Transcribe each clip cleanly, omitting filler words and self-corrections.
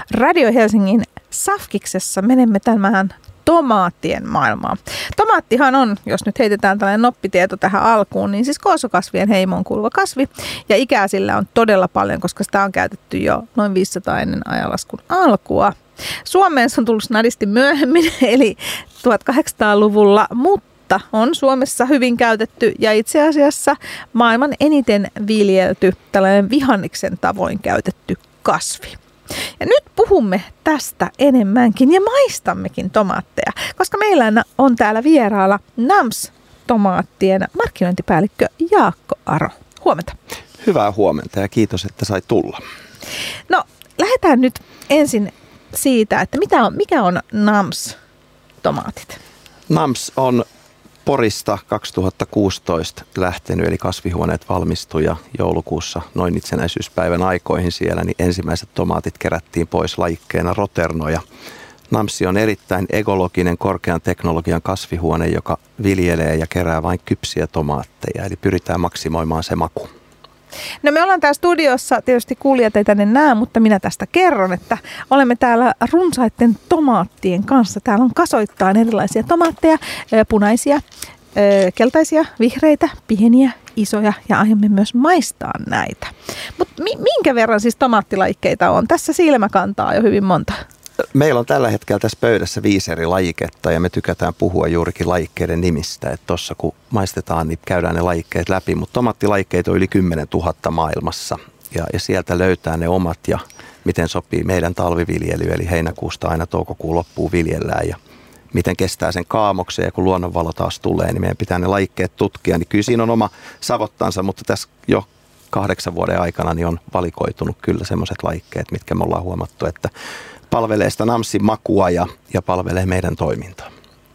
Radio Helsingin Safkiksessa menemme tämän tomaattien maailmaan. Tomaattihan on, jos nyt heitetään tällainen noppitieto tähän alkuun, niin siis koosokasvien heimoon kuuluva kasvi. Ja ikää sillä on todella paljon, koska sitä on käytetty jo noin 500 ennen ajanlaskun alkua. Suomeen se on tullut snadisti myöhemmin, eli 1800-luvulla, mutta on Suomessa hyvin käytetty ja itse asiassa maailman eniten viljelty tällainen vihanniksen tavoin käytetty kasvi. Ja nyt puhumme tästä enemmänkin ja maistammekin tomaatteja, koska meillä on täällä vieraalla NAMS-tomaattien markkinointipäällikkö Jaakko Aro. Huomenta. Hyvää huomenta ja kiitos, että sai tulla. No, lähdetään nyt ensin siitä, että mikä on NAMS-tomaatit? NAMS on Porista 2016 lähtenyt, eli kasvihuoneet valmistui ja joulukuussa noin itsenäisyyspäivän aikoihin siellä, niin ensimmäiset tomaatit kerättiin pois lajikkeena Roterno. Ja NAMS on erittäin ekologinen korkean teknologian kasvihuone, joka viljelee ja kerää vain kypsiä tomaatteja, eli pyritään maksimoimaan se maku. No me ollaan täällä studiossa, tietysti kuulijat ei tänne näe, mutta minä tästä kerron, että olemme täällä runsaiden tomaattien kanssa. Täällä on kasoittain erilaisia tomaatteja, punaisia, keltaisia, vihreitä, pieniä, isoja ja aiomme myös maistaa näitä. Mutta minkä verran siis tomaattilajikkeita on? Tässä silmä kantaa jo hyvin monta. Meillä on tällä hetkellä tässä pöydässä 5 eri lajiketta ja me tykätään puhua juurikin lajikkeiden nimistä. Että tuossa kun maistetaan, niin käydään ne lajikkeet läpi, mutta tomaattilajikkeita on yli 10 000 maailmassa ja sieltä löytää ne omat ja miten sopii meidän talviviljely, eli heinäkuusta aina toukokuun loppuun viljellään ja miten kestää sen kaamoksen ja kun luonnonvalo taas tulee, niin meidän pitää ne lajikkeet tutkia. Niin kyllä siinä on oma savottansa, mutta tässä jo 8 vuoden aikana niin on valikoitunut kyllä semmoiset lajikkeet, mitkä me ollaan huomattu, että palvelee sitä NAMSin makua ja palvelee meidän toimintaa.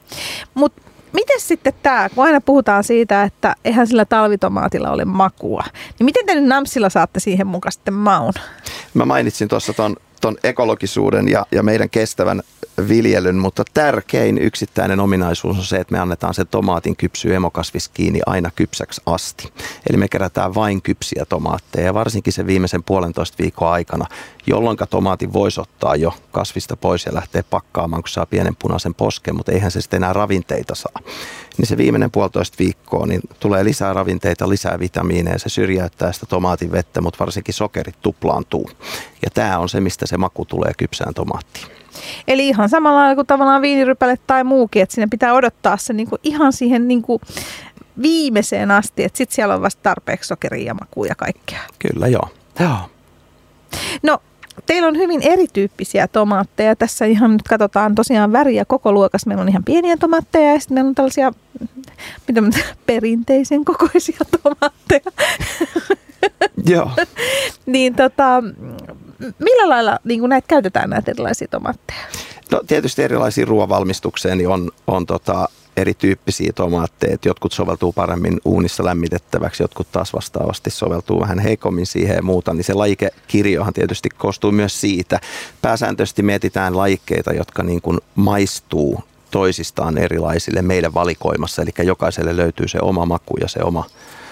Mutta miten sitten tämä, kun aina puhutaan siitä, että eihän sillä talvitomaatilla ole makua, niin miten te nyt NAMSilla saatte siihen mukaan sitten maun? Mä mainitsin tuossa ton ekologisuuden ja meidän kestävän viljelyn, mutta tärkein yksittäinen ominaisuus on se, että me annetaan se tomaatin kypsyä emokasvis kiinni aina kypsäksi asti. Eli me kerätään vain kypsiä tomaatteja ja varsinkin se viimeisen 1,5 viikon aikana, jolloin tomaatin voisi ottaa jo kasvista pois ja lähteä pakkaamaan, kun saa pienen punaisen posken, mutta eihän se sitten enää ravinteita saa. Niin se viimeinen 1,5 viikkoa, niin tulee lisää ravinteita, lisää vitamiineja, se syrjäyttää sitä tomaatin vettä, mutta varsinkin sokerit tuplaantuu. Ja tämä on se, mistä se maku tulee kypsään tomaattiin. Eli ihan samalla lailla kuin tavallaan viinirypäle tai muukin, että siinä pitää odottaa se niinku ihan siihen niinku viimeiseen asti, että sitten siellä on vasta tarpeeksi sokeria ja makua ja kaikkea. Kyllä, joo. No, teillä on hyvin erityyppisiä tomaatteja. Tässä ihan nyt katsotaan tosiaan väriä koko luokassa. Meillä on ihan pieniä tomaatteja ja sitten meillä on tällaisia perinteisen kokoisia tomaatteja. Joo. Niin millä lailla niin näitä käytetään näitä erilaisia tomaatteja? No tietysti erilaisiin ruoanvalmistukseen niin on erityyppisiä tomaatteja. Jotkut soveltuu paremmin uunissa lämmitettäväksi, jotkut taas vastaavasti soveltuu vähän heikommin siihen ja muuta. Niin se lajikekirjohan tietysti koostuu myös siitä. Pääsääntöisesti mietitään lajikkeita, jotka niin kuin maistuu toisistaan erilaisille meidän valikoimassa. Eli jokaiselle löytyy se oma maku ja se oma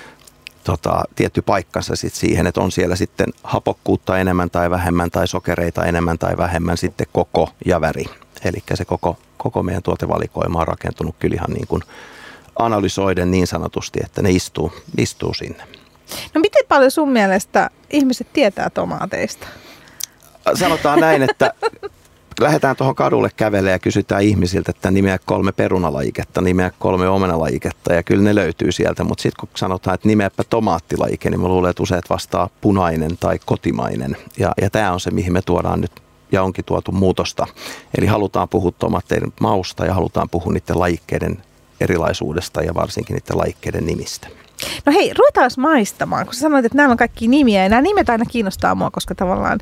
tietty paikkansa sit siihen, että on siellä sitten hapokkuutta enemmän tai vähemmän tai sokereita enemmän tai vähemmän sitten koko ja väri. Eli se koko meidän tuotevalikoima on rakentunut kyllä ihan niin kuin analysoiden niin sanotusti, että ne istuu sinne. No miten paljon sun mielestä ihmiset tietää tomaateista? Sanotaan näin, että lähdetään tuohon kadulle kävelemään ja kysytään ihmisiltä, että nimeä 3 perunalajiketta, nimeä 3 omenalajiketta ja kyllä ne löytyy sieltä. Mutta sitten kun sanotaan, että nimeäpä tomaattilajike, niin mä luulen, että useat vastaa punainen tai kotimainen. Ja tämä on se, mihin me tuodaan nyt ja onkin tuotu muutosta. Eli halutaan puhua tomaatteiden mausta ja halutaan puhua niiden lajikkeiden erilaisuudesta ja varsinkin niiden lajikkeiden nimistä. No hei, ruvetaan maistamaan, kun sä sanoit, että nämä on kaikki nimiä ja nämä nimet aina kiinnostaa mua, koska tavallaan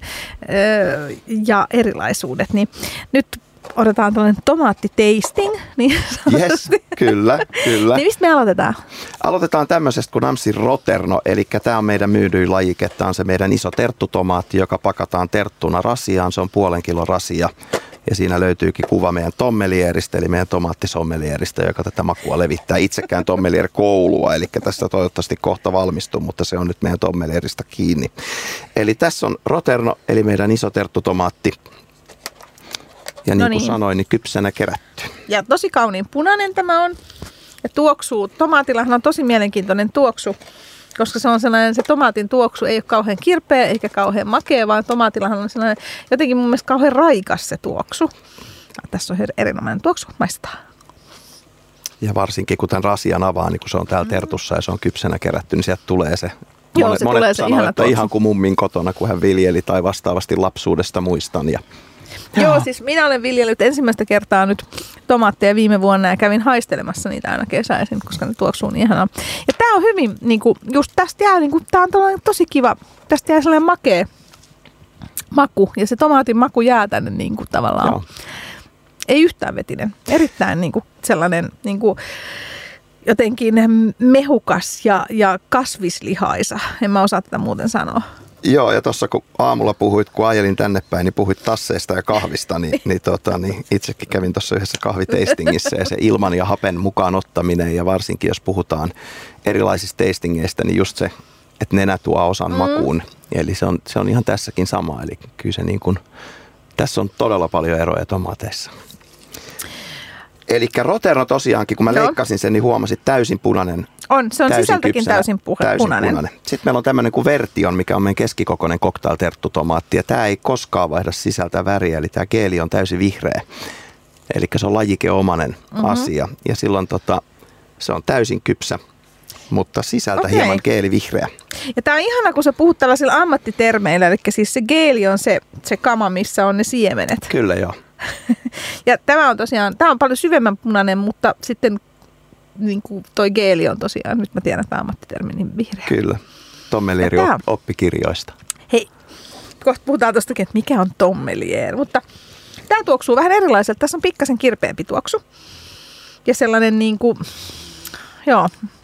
ja erilaisuudet, niin nyt odotetaan tällainen tomaattitasting. Niin yes, kyllä. Niin mistä me aloitetaan? Aloitetaan tämmöisestä kuin NAMSin Roterno, eli tämä on meidän myydyin lajike, tämä on se meidän iso terttutomaatti, joka pakataan terttuna rasiaan, se on 0,5 kilon rasia. Ja siinä löytyykin kuva meidän tommelieristä, eli meidän tomaattisommelieristä, joka tätä makua levittää. Itsekään tommelier-koulua, eli tästä toivottavasti kohta valmistuu, mutta se on nyt meidän tommelierista kiinni. Eli tässä on Roterno, eli meidän iso terttutomaatti. Ja niin kuin sanoin, niin kypsänä kerätty. Ja tosi kauniin punainen tämä on. Ja tuoksuu. Tomaatillahan on tosi mielenkiintoinen tuoksu, koska se on sellainen, se tomaatin tuoksu ei ole kauhean kirpeä eikä kauhean makea, vaan tomaatillahan on sellainen jotenkin mun mielestä kauhean raikas se tuoksu. Tässä on erinomainen tuoksu, maistetaan. Ja varsinkin kun tämän rasian avaa, niin kun se on täällä tertussa ja se on kypsänä kerätty, niin sieltä tulee se. Joo, se tulee se ihana tuoksu. Ihan kuin mummin kotona, kun hän viljeli tai vastaavasti lapsuudesta muistan. Joo, siis minä olen viljellyt ensimmäistä kertaa nyt tomaatteja viime vuonna ja kävin haistelemassa niitä aina kesäisin, koska ne tuoksuu niin ihanaa. Ja tämä on hyvin, niinku, just tästä jää, niinku, tämä on tosi kiva, tästä jää sellainen makea maku ja se tomaatin maku jää tänne niinku, tavallaan. Joo. Ei yhtään vetinen, erittäin niinku, sellainen niinku, jotenkin mehukas ja kasvislihaisa, en mä osaa tätä muuten sanoa. Ja tuossa kun aamulla puhuit, kun ajelin tänne päin, niin puhuit tasseista ja kahvista, niin itsekin kävin tuossa yhdessä kahviteistingissä ja se ilman ja hapen mukaan ottaminen ja varsinkin jos puhutaan erilaisista tastingeista, niin just se, että nenä tuo osan makuun. Eli se on ihan tässäkin sama, eli kyllä se niin kuin, tässä on todella paljon eroja tomaateissa. Eli Roterno tosiaankin, kun mä leikkasin sen, niin huomasit täysin punainen. Se on sisältäkin kypsänä, täysin punainen. Sitten meillä on tämmöinen kuin Vertion, mikä on meidän keskikokoinen cocktail-terttutomaatti. Ja tämä ei koskaan vaihda sisältä väriä, eli tämä geeli on täysin vihreä. Eli se on lajikeomainen asia. Ja silloin se on täysin kypsä, mutta sisältä hieman geelivihreä. Ja tämä on ihana, kun sä puhut tällaisilla ammattitermeillä, eli siis se geeli on se kama, missä on ne siemenet. Kyllä joo. Ja tämä on tosiaan, tämä on paljon syvemmän punainen, mutta sitten niin kuin toi geeli on tosiaan, nyt mä tiedän, että tämä ammattitermi, niin vihreä. Kyllä, Tommelieri oppikirjoista. Hei, kohta puhutaan tostakin, että mikä on Tommelier, mutta tämä tuoksuu vähän erilaiselta. Tässä on pikkasen kirpeämpi tuoksu ja sellainen niin kuin, joo.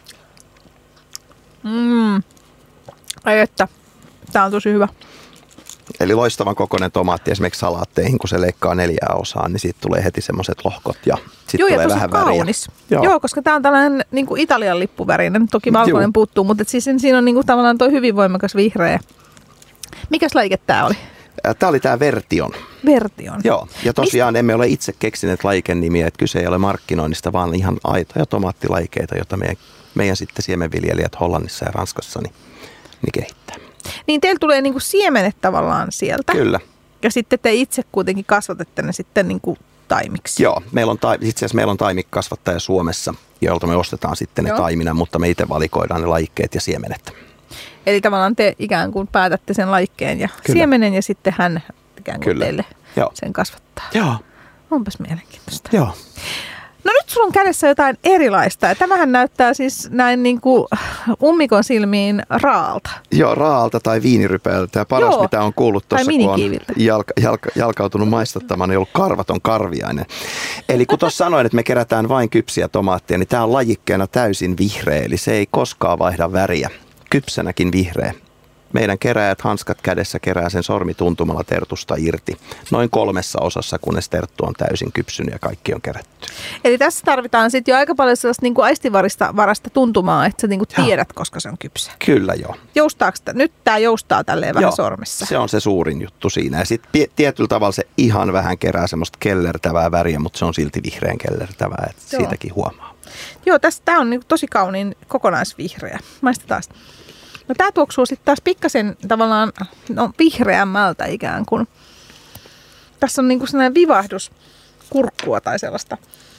Ai että, tämä on tosi hyvä. Eli loistavan kokoinen tomaatti esimerkiksi salaatteihin, kun se leikkaa 4 osaan, niin siitä tulee heti semmoiset lohkot ja sitten tulee vähän väriä. Kaunis. Joo, koska tämä on tällainen niin kuin Italian lippuvärinen. Toki valkoinen puuttuu, mutta siis siinä on niin kuin tavallaan tuo hyvin voimakas vihreä. Mikäs lajike tämä oli? Tämä oli tämä Vertion. Vertion. Joo, ja tosiaan emme ole itse keksineet lajikenimiä, että kyse ei ole markkinoinnista, vaan ihan aitoja tomaattilajikeita, joita meidän sitten siemenviljelijät Hollannissa ja Ranskassa niin kehittää. Niin teillä tulee niinku siemenet tavallaan sieltä. Kyllä. Ja sitten te itse kuitenkin kasvatatte ne sitten niinku taimiksi. Joo, itse asiassa meillä on taimikasvattaja Suomessa, jolta me ostetaan sitten ne taimina, mutta me itse valikoidaan ne lajikkeet ja siemenet. Eli tavallaan te ikään kuin päätätte sen lajikkeen ja siemenen ja sitten hän ikään kuin teille sen kasvattaa. Joo. Onpas mielenkiintoista. Joo. No nyt sulla on kädessä jotain erilaista ja tämähän näyttää siis näin niin kuin ummikon silmiin raalta. Joo, raalta tai viinirypäältä ja paras mitä on kuullut tuossa, kun on jalkautunut maistattamaan, niin on ollut karvaton karviainen. Eli kun tuossa sanoin, että me kerätään vain kypsiä tomaatteja, niin tämä on lajikkeena täysin vihreä, eli se ei koskaan vaihda väriä. Kypsänäkin vihreä. Meidän keräjät hanskat kädessä kerää sen sormituntumalla tertusta irti. Noin 3 osassa, kunnes terttu on täysin kypsynyt ja kaikki on kerätty. Eli tässä tarvitaan sitten jo aika paljon sellaista niin kuin aistivarasta tuntumaa, että sä niin kuin tiedät, koska se on kypsä. Kyllä joo. Joustaako sitä? Nyt tämä joustaa tälleen vähän sormessa. Se on se suurin juttu siinä. Ja sitten tietyllä tavalla se ihan vähän kerää semmoista kellertävää väriä, mutta se on silti vihreän kellertävää, että siitäkin huomaa. Joo, tämä on niin kuin tosi kauniin kokonaisvihreä. Maistetaan sitä. No tämä tuoksuu sitten taas pikkasen tavallaan vihreämmältä ikään kuin. Tässä on niinku sellainen vivahdus kurkkua tai sellaista.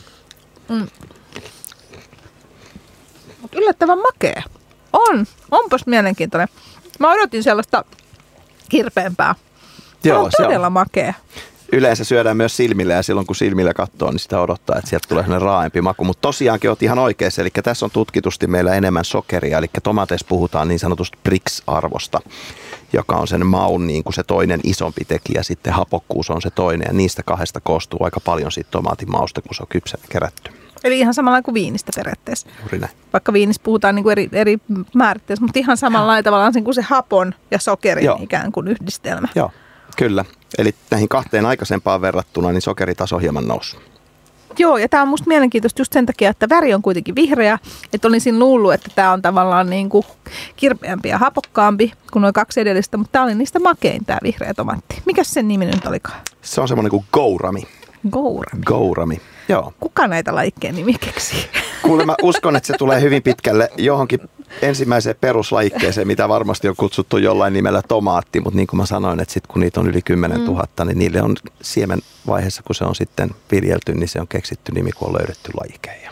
Mutta yllättävän makea. Onpas mielenkiintoinen. Mä odotin sellaista kirpeämpää. Tämä on todella makea. Yleensä syödään myös silmillä ja silloin kun silmillä katsoo, niin sitä odottaa, että sieltä tulee sellainen raaempi maku. Mutta tosiaankin olet ihan oikeassa, eli tässä on tutkitusti meillä enemmän sokeria, eli tomateissa puhutaan niin sanotusta Brix-arvosta, joka on sen maun niin kuin se toinen isompi tekijä, sitten hapokkuus on se toinen ja niistä 2 koostuu aika paljon siitä tomaatin mausta, kun se on kypsänä kerätty. Eli ihan samalla kuin viinistä periaatteessa. Juuri näin. Vaikka viinissä puhutaan niin kuin eri määritteessä, mutta ihan samalla tavallaan sen kuin se hapon ja sokerin ikään kuin yhdistelmä. Joo. Kyllä. Eli näihin 2 aikaisempaan verrattuna niin sokeritaso hieman noussut. Joo, ja tämä on musta mielenkiintoista just sen takia, että väri on kuitenkin vihreä. Että olisin luullut, että tämä on tavallaan niin kuin kirpeämpi ja hapokkaampi kuin nuo 2 edellistä, mutta tämä oli niistä makein tämä vihreä tomaatti. Mikäs sen nimi nyt olikaan? Se on semmoinen kuin gourami. Gourami, joo. Kuka näitä lajikkeen nimi keksii? Kuule, mä uskon, että se tulee hyvin pitkälle johonkin ensimmäiseen peruslajikkeeseen, mitä varmasti on kutsuttu jollain nimellä tomaatti, mutta niin kuin mä sanoin, että sitten kun niitä on yli 10 000, niin niille on siemenvaiheessa, kun se on sitten viljelty, niin se on keksitty nimi, kun on löydetty lajike.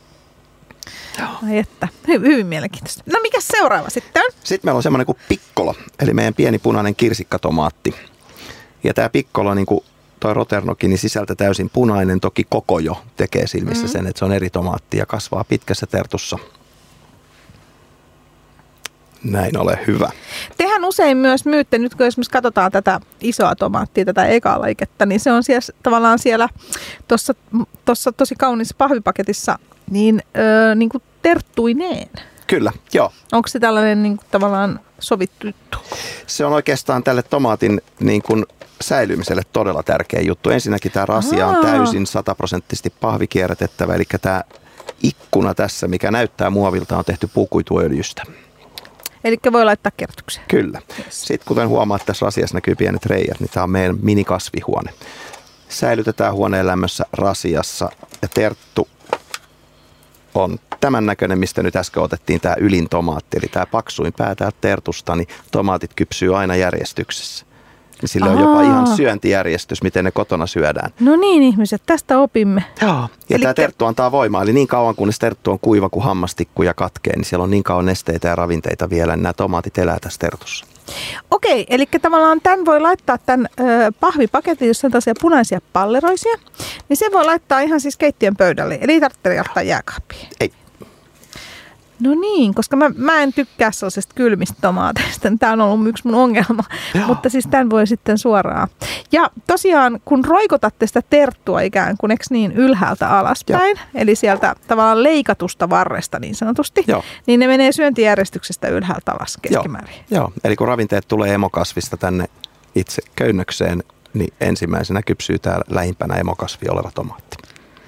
Ai että, hyvin mielenkiintoista. No mikä seuraava sitten on? Sitten meillä on semmoinen kuin piccolo, eli meidän pieni punainen kirsikkatomaatti. Ja tämä piccolo, niin kuin toi roternokin, niin sisältä täysin punainen, toki koko jo tekee silmissä sen, että se on eri tomaatti ja kasvaa pitkässä tertussa. Näin, ole hyvä. Tehän usein myös myytte, nyt kun esimerkiksi katsotaan tätä isoa tomaattia, tätä ekaa lajiketta, niin se on tavallaan siellä tuossa tosi kauniissa pahvipaketissa niin kuin terttuineen. Kyllä, joo. Onko se tällainen niin kuin tavallaan sovittu juttu? Se on oikeastaan tälle tomaatin niin kuin säilymiselle todella tärkeä juttu. Ensinnäkin tämä rasia on täysin 100% pahvikierrätettävä, eli tämä ikkuna tässä, mikä näyttää muovilta, on tehty puukuituöljystä. Eli voi laittaa kierrätykseen. Kyllä. Sitten kuten huomaat, tässä rasiassa näkyy pienet reijät, niin tämä on meidän minikasvihuone. Säilytetään huoneen lämmössä rasiassa ja terttu on tämän näköinen, mistä nyt äsken otettiin tämä ylin tomaatti, eli tämä paksuin pää täältä tertusta, niin tomaatit kypsyy aina järjestyksessä. Ja sillä on jopa ihan syöntijärjestys, miten ne kotona syödään. No niin ihmiset, tästä opimme. Joo, ja tämä terttu antaa voimaa, eli niin kauan kunnes terttu on kuiva kuin hammastikku ja katkee, niin siellä on niin kauan nesteitä ja ravinteita vielä, niin nämä tomaatit elää tässä tertussa. Okei, eli tavallaan tämän voi laittaa tämän pahvipaketin, jos on tällaisia punaisia palleroisia, niin se voi laittaa ihan siis keittiön pöydälle, eli ei tarvitse jättää jääkaappiin. Ei. No niin, koska mä en tykkää sellaisesta kylmistä tomaateista. Tämä on ollut yksi mun ongelma, mutta siis tämän voi sitten suoraan. Ja tosiaan, kun roikotatte sitä terttua ikään kuin, niin ylhäältä alaspäin, eli sieltä tavallaan leikatusta varresta niin sanotusti, niin ne menee syöntijärjestyksestä ylhäältä alas keskimäärin. Joo, eli kun ravinteet tulee emokasvista tänne itse köynnökseen, niin ensimmäisenä kypsyy täällä lähimpänä emokasvi oleva tomaatti.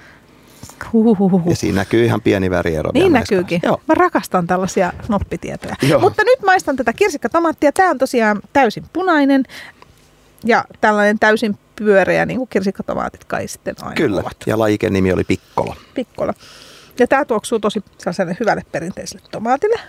Ja siinä näkyy ihan pieni väriero. Niin näkyykin. Mä rakastan tällaisia noppitietoja. Joo. Mutta nyt maistan tätä kirsikkatomaattia. Tämä on tosiaan täysin punainen ja tällainen täysin pyöreä, niin kuin kirsikkatomaatit kai sitten aina Kyllä, ovat. Ja lajiken nimi oli piccolo. Piccolo. Ja tämä tuoksuu tosi sellaiselle hyvälle perinteiselle tomaatille.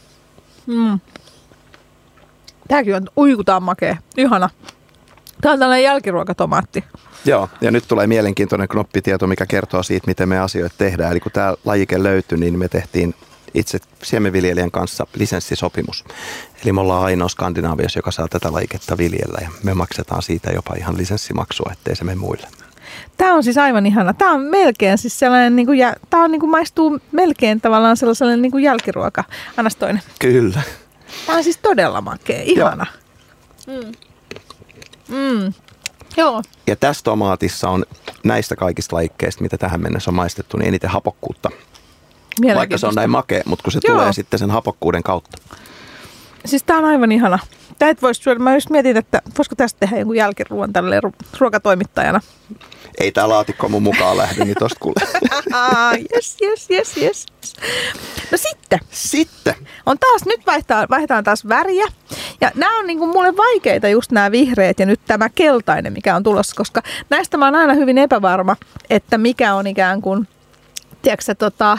Tämäkin on uikutaan makea. Ihana. Tämä on tällainen jälkiruokatomaatti. Joo, ja nyt tulee mielenkiintoinen knoppitieto, mikä kertoo siitä, miten me asioita tehdään. Eli kun tämä lajike löytyi, niin me tehtiin itse siemenviljelijän kanssa lisenssisopimus. Eli me ollaan ainoa Skandinaaviassa, joka saa tätä lajiketta viljellä, ja me maksetaan siitä jopa ihan lisenssimaksua, ettei se mene muille. Tämä on siis aivan ihana. Tämä on melkein siis sellainen, niin kuin, tämä on, niin kuin, maistuu melkein tavallaan sellaiselle niin kuin jälkiruoka. Annas toinen. Kyllä. Tämä on siis todella makea, ihana. Joo. Ja tässä tomaatissa on näistä kaikista lajikkeista, mitä tähän mennessä on maistettu, niin eniten hapokkuutta. Vaikka se on näin makea, mutta kun se tulee sitten sen hapokkuuden kautta. Siis tää on aivan ihana. Tää et vois syödä. Mä just mietin, että voisiko tästä tehdä jonkun jälkiruoan tälleen ruokatoimittajana. Ei tää laatikko mun mukaan lähde, niin tosta kuule. Yes. No sitten. On taas, nyt vaihdetaan taas väriä. Ja nämä on niinku mulle vaikeita just nämä vihreät ja nyt tämä keltainen, mikä on tulossa, koska näistä mä oon aina hyvin epävarma, että mikä on ikään kuin, tiedätkö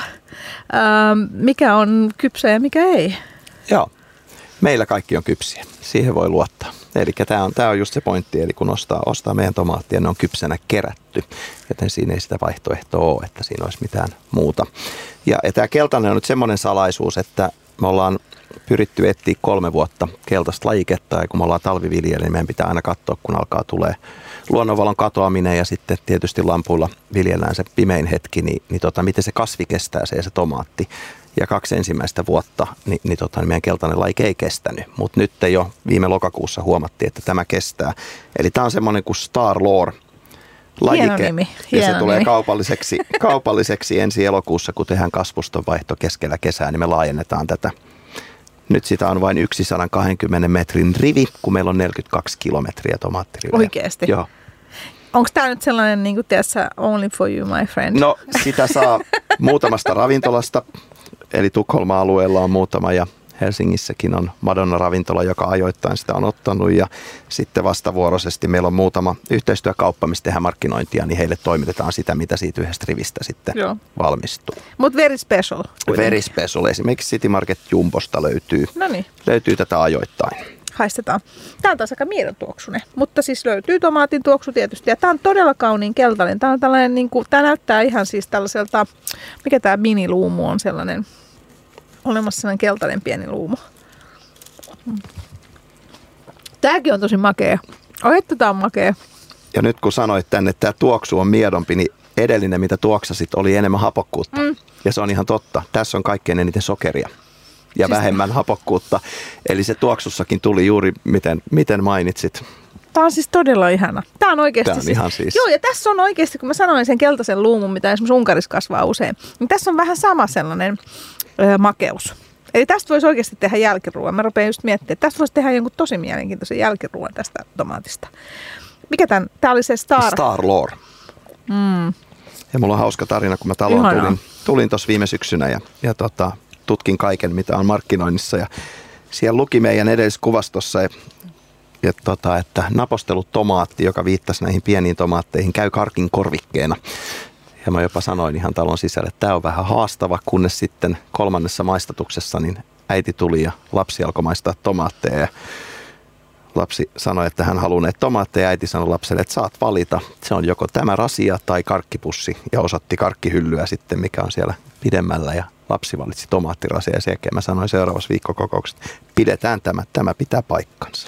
mikä on kypsä ja mikä ei. Joo. Meillä kaikki on kypsiä. Siihen voi luottaa. Eli tämä on just se pointti, eli kun ostaa meidän tomaattia, ne on kypsänä kerätty, joten siinä ei sitä vaihtoehtoa ole, että siinä olisi mitään muuta. Ja tämä keltainen on nyt semmoinen salaisuus, että me ollaan pyritty etsiä 3 vuotta keltaista lajiketta, ja kun me ollaan talviviljelijä, niin meidän pitää aina katsoa, kun alkaa tulee luonnonvalon katoaminen, ja sitten tietysti lampuilla viljellään se pimein hetki, niin miten se kasvi kestää se tomaatti. Ja 2 ensimmäistä vuotta, niin meidän keltainen lajike ei kestänyt. Mutta nyt jo viime lokakuussa huomattiin, että tämä kestää. Eli tämä on semmoinen kuin Star-Lore-lajike. Hieno nimi. Ja se tulee kaupalliseksi ensi elokuussa, kun tehdään kasvustonvaihto keskellä kesää, niin me laajennetaan tätä. Nyt sitä on vain 120 metrin rivi, kun meillä on 42 kilometriä tomaattirivejä. Oikeasti? Joo. Onko tämä nyt sellainen, niin kuin tiedätkö, only for you, my friend? No, sitä saa muutamasta ravintolasta. Eli Tukholman alueella on muutama ja Helsingissäkin on Madonna-ravintola, joka ajoittain sitä on ottanut, ja sitten vastavuoroisesti meillä on muutama yhteistyökauppa, missä tehdään markkinointia, niin heille toimitetaan sitä, mitä siitä yhdestä rivistä sitten valmistuu. Mutta very special. Very special. Esimerkiksi City Market Jumbosta löytyy tätä ajoittain. Haistetaan. Tämä on taas aika mielentuoksunen, mutta siis löytyy tomaatin tuoksu tietysti. Ja tämä on todella kauniin keltainen. Tämä on tällainen, niin kuin, tämä näyttää ihan siis tällaiselta, mikä tämä miniluumu on sellainen, olemassa sellainen keltainen pieni luumu. Tämäkin on tosi makea. Että tämä on makea. Ja nyt kun sanoit tänne, että tämä tuoksu on miedompi, niin edellinen, mitä tuoksasit, oli enemmän hapokkuutta. Ja se on ihan totta. Tässä on kaikkein eniten sokeria. Ja siis vähemmän hapokkuutta. Eli se tuoksussakin tuli juuri miten mainitsit. Tämä on siis todella ihana. Tämä on oikeasti Tämä on ihan siis. Joo, ja tässä on oikeasti, kun mä sanoin sen keltaisen luumun, mitä esimerkiksi Unkarissa kasvaa usein, niin tässä on vähän sama sellainen makeus. Eli tästä voisi oikeasti tehdä jälkiruoan. Mä rupean just miettimään, että tästä voisi tehdä jonkun tosi mielenkiintoisen jälkiruoan tästä tomaatista. Mikä tämä oli se Star Lore. Ja mulla on hauska tarina, kun mä taloon tulin tuossa viime syksynä ja tutkin kaiken, mitä on markkinoinnissa, ja siellä luki meidän edelliskuvastossa, että napostellut tomaatti, joka viittasi näihin pieniin tomaatteihin, käy karkin korvikkeena. Ja mä jopa sanoin ihan talon sisälle, että tämä on vähän haastava, kunnes sitten 3. maistatuksessa niin äiti tuli ja lapsi alkoi maistaa tomaatteja. Ja lapsi sanoi, että hän haluaa näitä tomaatteja, ja äiti sanoi lapselle, että saat valita. Se on joko tämä rasia tai karkkipussi, ja osoitti karkkihyllyä sitten, mikä on siellä pidemmällä, ja lapsi valitsi tomaattirasia, ja sen jälkeen mä sanoin seuraavassa viikkokokouksessa, pidetään tämä pitää paikkansa.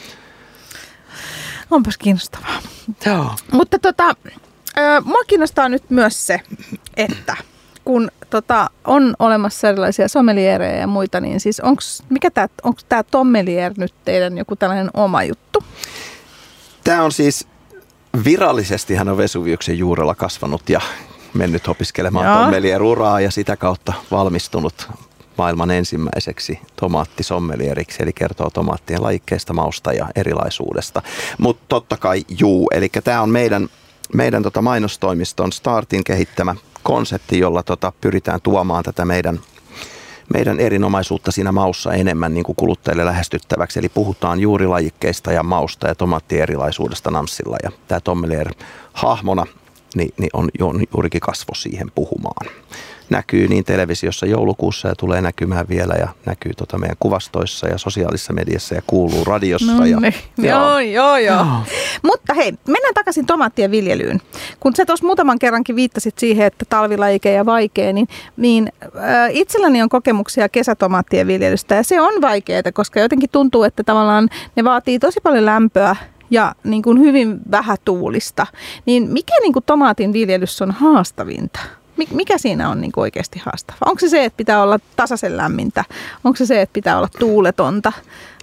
Onpas kiinnostavaa. Joo. Mutta mua kiinnostaa nyt myös se, että kun on olemassa erilaisia sommeliereja ja muita, niin siis onko tämä tommelier nyt teidän joku tällainen oma juttu? Tämä on siis, virallisesti hän on Vesuviuksen juurella kasvanut ja mennyt opiskelemaan tommelieruraa ja sitä kautta valmistunut maailman ensimmäiseksi tomaattisommelieriksi, eli kertoo tomaattien lajikkeista, mausta ja erilaisuudesta. Mutta totta kai eli tämä on meidän mainostoimiston Startin kehittämä konsepti, jolla pyritään tuomaan tätä meidän erinomaisuutta siinä maussa enemmän niin kuin kuluttajille lähestyttäväksi. Eli puhutaan juuri lajikkeista ja mausta ja tomaattien erilaisuudesta Namssilla. Ja tämä Tommelier hahmona niin on juurikin kasvo siihen puhumaan. Näkyy niin televisiossa joulukuussa ja tulee näkymään vielä ja näkyy meidän kuvastoissa ja sosiaalisessa mediassa ja kuuluu radiossa. No niin. Joo. Mutta hei, mennään takaisin tomaattien viljelyyn. Kun sä tuossa muutaman kerrankin viittasit siihen, että talvilajike ja vaikea, niin itselläni on kokemuksia kesätomaattien viljelystä ja se on vaikeaa, koska jotenkin tuntuu, että tavallaan ne vaatii tosi paljon lämpöä ja niin kuin hyvin vähätuulista. Niin mikä niin kuin tomaatin viljelyssä on haastavinta? Mikä siinä on niin kuin oikeasti haastavaa? Onko se, että pitää olla tasaisen lämmintä? Onko se, että pitää olla tuuletonta?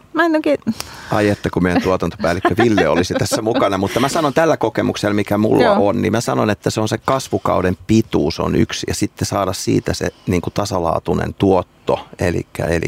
Ai että kun meidän tuotantopäällikkö Ville olisi tässä mukana, mutta mä sanon tällä kokemuksella, mikä mulla on, niin mä sanon, että se on se kasvukauden pituus on yksi ja sitten saada siitä se niin kuin tasalaatuinen tuotto. Eli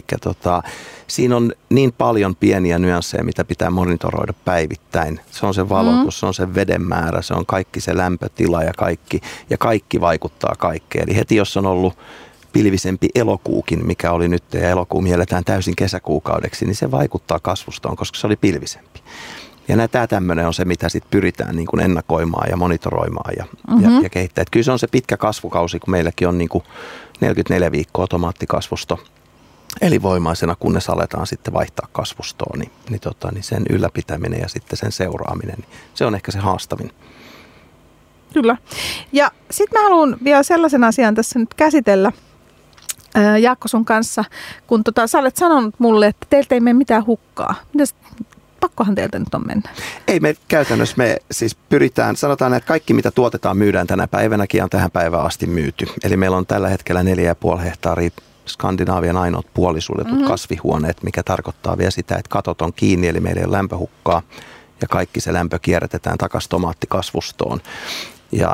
siinä on niin paljon pieniä nyansseja, mitä pitää monitoroida päivittäin. Se on se valotus, se on se veden määrä, se on kaikki se lämpötila ja kaikki vaikuttaa kaikkeen. Eli heti jos on ollut pilvisempi elokuukin, mikä oli nyt, ja elokuu mielletään täysin kesäkuukaudeksi, niin se vaikuttaa kasvustoon, koska se oli pilvisempi. Ja tämä tämmöinen on se, mitä sitten pyritään niin kuin ennakoimaan ja monitoroimaan ja kehittää. Että kyllä se on se pitkä kasvukausi, kun meilläkin on niin kuin 44 viikkoa tomaattikasvusto elinvoimaisena, kunnes aletaan sitten vaihtaa kasvustoon, niin sen ylläpitäminen ja sitten sen seuraaminen, niin se on ehkä se haastavin. Kyllä. Ja sitten mä haluan vielä sellaisen asian tässä nyt käsitellä, Jaakko sun kanssa, kun sä olet sanonut mulle, että teiltä ei mene mitään hukkaa. Pakkohan teiltä nyt on mennä? Ei me käytännössä, me siis pyritään, sanotaan, että kaikki mitä tuotetaan myydään tänä päivänäkin on tähän päivään asti myyty. Eli meillä on tällä hetkellä 4,5 hehtaaria Skandinaavian ainoat puolisuudetut kasvihuoneet, mikä tarkoittaa vielä sitä, että katot on kiinni, eli meillä ei ole lämpöhukkaa ja kaikki se lämpö kierrätetään takaisin tomaattikasvustoon. Ja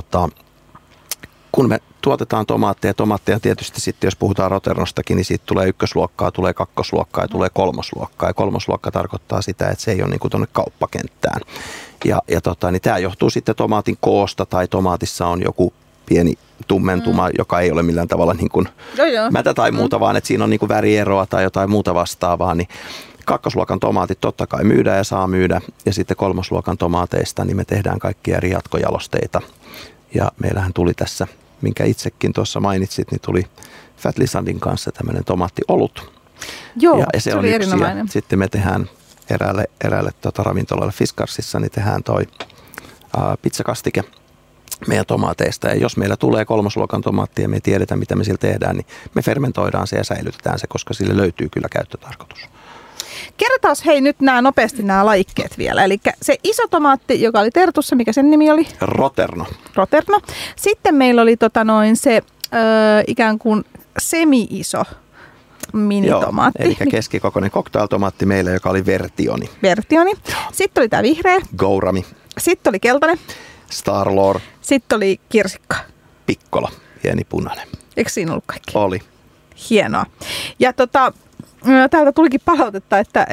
kun me tuotetaan tomaatteja tietysti sitten, jos puhutaan Roternostakin, niin siitä tulee ykkösluokkaa, tulee kakkosluokkaa ja tulee kolmosluokkaa. Ja kolmosluokka tarkoittaa sitä, että se ei ole niin kuin tuonne kauppakenttään. Niin tämä johtuu sitten tomaatin koosta tai tomaatissa on joku pieni tummentuma, joka ei ole millään tavalla niin kuin mätä tai muuta, vaan että siinä on niin kuin värieroa tai jotain muuta vastaavaa, niin kakkosluokan tomaatit totta kai myydään ja saa myydä, ja sitten kolmosluokan tomaateista niin me tehdään kaikkia eri jatkojalosteita. Ja meillähän tuli tässä, minkä itsekin tuossa mainitsit, niin tuli Fat Lizardin kanssa tämmöinen tomaattiolut. Joo, ja se oli erinomainen. Sitten me tehdään eräälle ravintolalle Fiskarsissa, niin tehdään toi pizzakastike meidän tomaateista. Ja jos meillä tulee kolmosluokan tomaatti ja me ei tiedetä, mitä me sillä tehdään, niin me fermentoidaan se ja säilytetään se, koska sille löytyy kyllä käyttötarkoitus. Kerrotaan nyt nopeasti nämä lajikkeet vielä. Eli se iso tomaatti, joka oli tertussa, mikä sen nimi oli? Roterno. Sitten meillä oli se ikään kuin semi-iso minitomaatti. Joo, eli keskikokoinen cocktailtomaatti meillä, joka oli Vertioni. Sitten oli tämä vihreä. Gourami. Sitten oli keltainen. Starlord. Sitten oli kirsikka. Pikkola, pieni punainen. Eikö siinä ollut kaikki? Oli. Hienoa. Ja täältä tulikin palautetta, että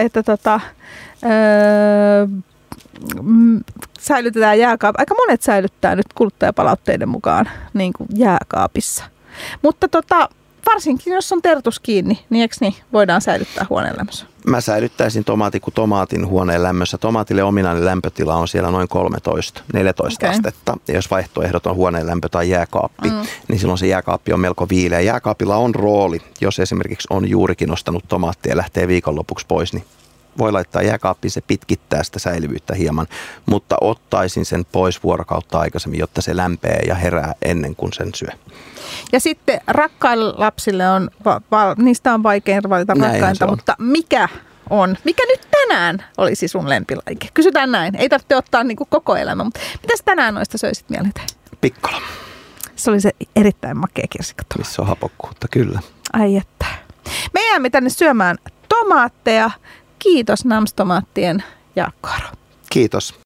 säilytetään jääkaapissa. Aika monet säilyttää nyt kuluttajapalautteiden mukaan niin kuin jääkaapissa. Mutta varsinkin jos on tertus kiinni, niin eikö niin voidaan säilyttää huoneen lämmössä? Mä säilyttäisin tomaatin huoneen lämmössä. Tomaatille ominainen lämpötila on siellä noin 13-14 astetta. Ja jos vaihtoehdot on huoneen lämpö tai jääkaappi, niin silloin se jääkaappi on melko viileä. Jääkaapilla on rooli, jos esimerkiksi on juurikin ostanut tomaattia ja lähtee viikonlopuksi pois, niin voi laittaa jääkaappiin, se pitkittää sitä säilyvyyttä hieman, mutta ottaisin sen pois vuorokautta aikaisemmin, jotta se lämpee ja herää ennen kuin sen syö. Ja sitten rakkaille lapsille niistä on vaikein valita rakkainta, mutta mikä nyt tänään olisi sun lempilajike? Kysytään näin, ei tarvitse ottaa niin kuin koko elämä, mutta mitäs tänään noista söisit mieleen? Pikkola. Se oli se erittäin makea kirsikka. Missä on hapokkuutta, kyllä. Ai että. Me jäämme tänne syömään tomaatteja. Kiitos Nams-tomaattien Jaakko Aro. Kiitos.